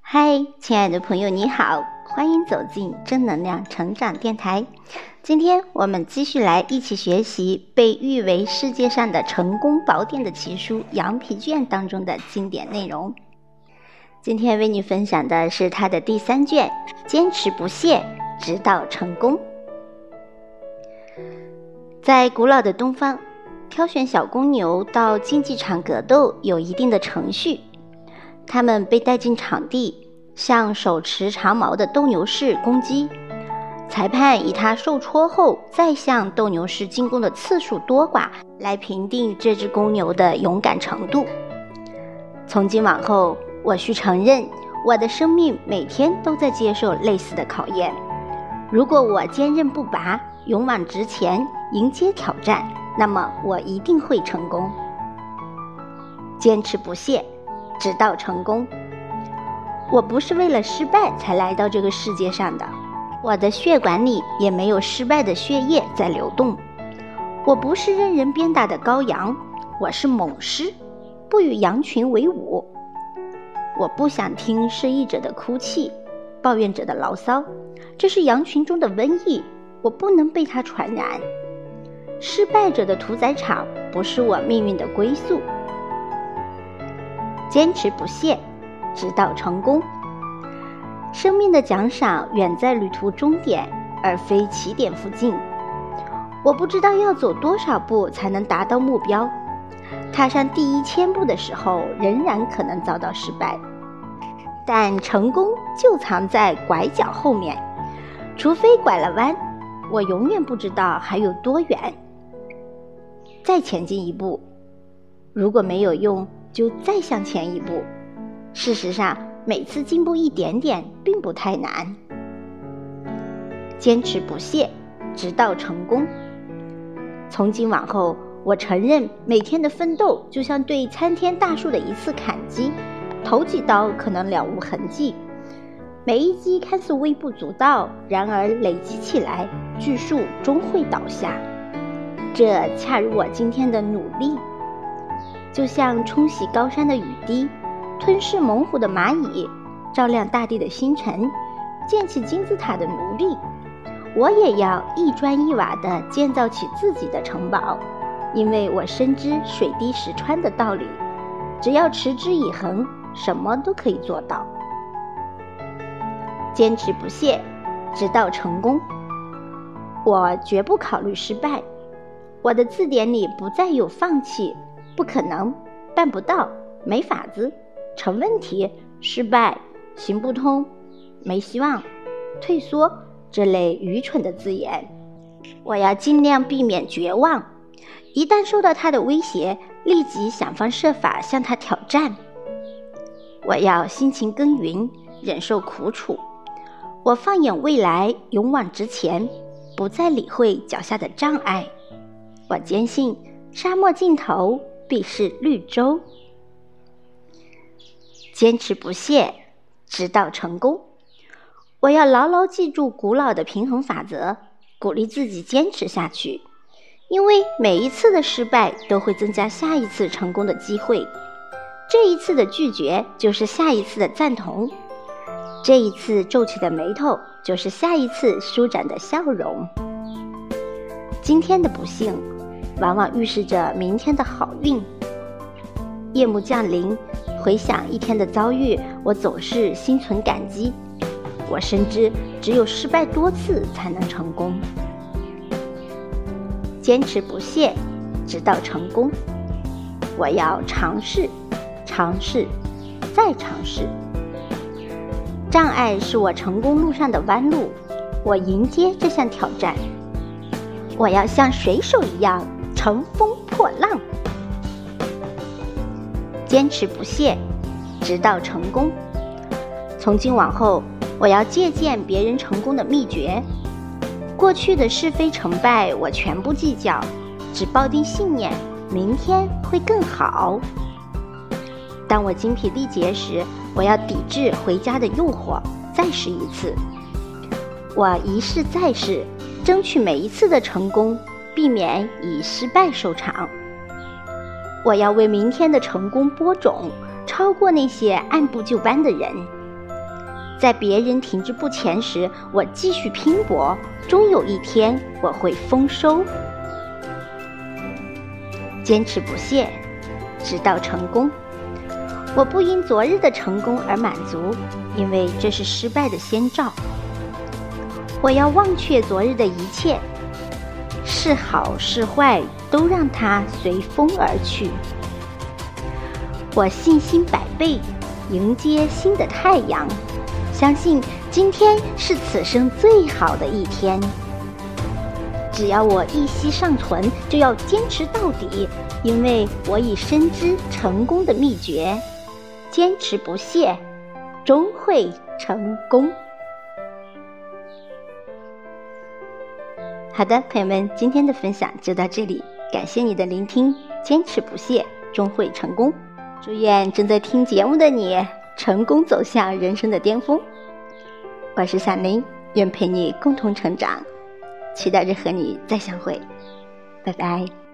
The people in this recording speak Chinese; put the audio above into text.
嗨，亲爱的朋友，你好，欢迎走进正能量成长电台。今天我们继续来一起学习被誉为世界上的成功宝典的奇书《羊皮卷》当中的经典内容。今天为你分享的是它的第3卷，坚持不懈，直到成功。在古老的东方，挑选小公牛到竞技场格斗有一定的程序，他们被带进场地，向手持长矛的斗牛士攻击。裁判以他受戳后再向斗牛士进攻的次数多寡来评定这只公牛的勇敢程度。从今往后，我需承认，我的生命每天都在接受类似的考验。如果我坚韧不拔，勇往直前，迎接挑战，那么我一定会成功。坚持不懈，直到成功。我不是为了失败才来到这个世界上的，我的血管里也没有失败的血液在流动。我不是任人鞭打的羔羊，我是猛狮，不与羊群为伍。我不想听失意者的哭泣，抱怨者的牢骚，这是羊群中的瘟疫，我不能被它传染。失败者的屠宰场不是我命运的归宿。坚持不懈，直到成功。生命的奖赏远在旅途终点，而非起点附近。我不知道要走多少步才能达到目标，踏上第1000步的时候，仍然可能遭到失败。但成功就藏在拐角后面，除非拐了弯，我永远不知道还有多远。再前进一步，如果没有用，就再向前一步。事实上，每次进步一点点并不太难。坚持不懈，直到成功。从今往后，我承认每天的奋斗就像对参天大树的一次砍击，头几刀可能了无痕迹，每一击看似微不足道，然而累积起来，巨树终会倒下。这恰如我今天的努力，就像冲洗高山的雨滴，吞噬猛虎的蚂蚁，照亮大地的星辰，建起金字塔的奴隶。我也要一砖一瓦地建造起自己的城堡，因为我深知水滴石穿的道理，只要持之以恒，什么都可以做到。坚持不懈，直到成功。我绝不考虑失败，我的字典里不再有放弃、不可能、办不到、没法子、成问题、失败、行不通、没希望、退缩这类愚蠢的字眼。我要尽量避免绝望，一旦受到它的威胁，立即想方设法向它挑战。我要辛勤耕耘，忍受苦楚。我放眼未来，勇往直前，不再理会脚下的障碍。我坚信，沙漠尽头必是绿洲。坚持不懈，直到成功。我要牢牢记住古老的平衡法则，鼓励自己坚持下去，因为每一次的失败都会增加下一次成功的机会。这一次的拒绝就是下一次的赞同，这一次皱起的眉头就是下一次舒展的笑容。今天的不幸往往预示着明天的好运。夜幕降临，回想一天的遭遇，我总是心存感激。我深知只有失败多次才能成功。坚持不懈，直到成功。我要尝试，尝试，再尝试。障碍是我成功路上的弯路，我迎接这项挑战。我要像水手一样乘风破浪。坚持不懈，直到成功。从今往后，我要借鉴别人成功的秘诀。过去的是非成败我全不计较，只抱定信念，明天会更好。当我精疲力竭时，我要抵制回家的诱惑，再试一次。我一试再试，争取每一次的成功，避免以失败收场。我要为明天的成功播种，超过那些按部就班的人。 在别人停滞不前时，我继续拼搏，终有一天我会丰收。坚持不懈，直到成功。我不因昨日的成功而满足，因为这是失败的先兆。我要忘却昨日的一切，是好是坏都让它随风而去。我信心百倍，迎接新的太阳，相信今天是此生最好的一天。只要我一息尚存，就要坚持到底，因为我已深知成功的秘诀。坚持不懈，终会成功。好的，朋友们，今天的分享就到这里，感谢你的聆听。坚持不懈，终会成功。祝愿正在听节目的你，成功走向人生的巅峰。我是小林，愿陪你共同成长，期待着和你再相会，拜拜。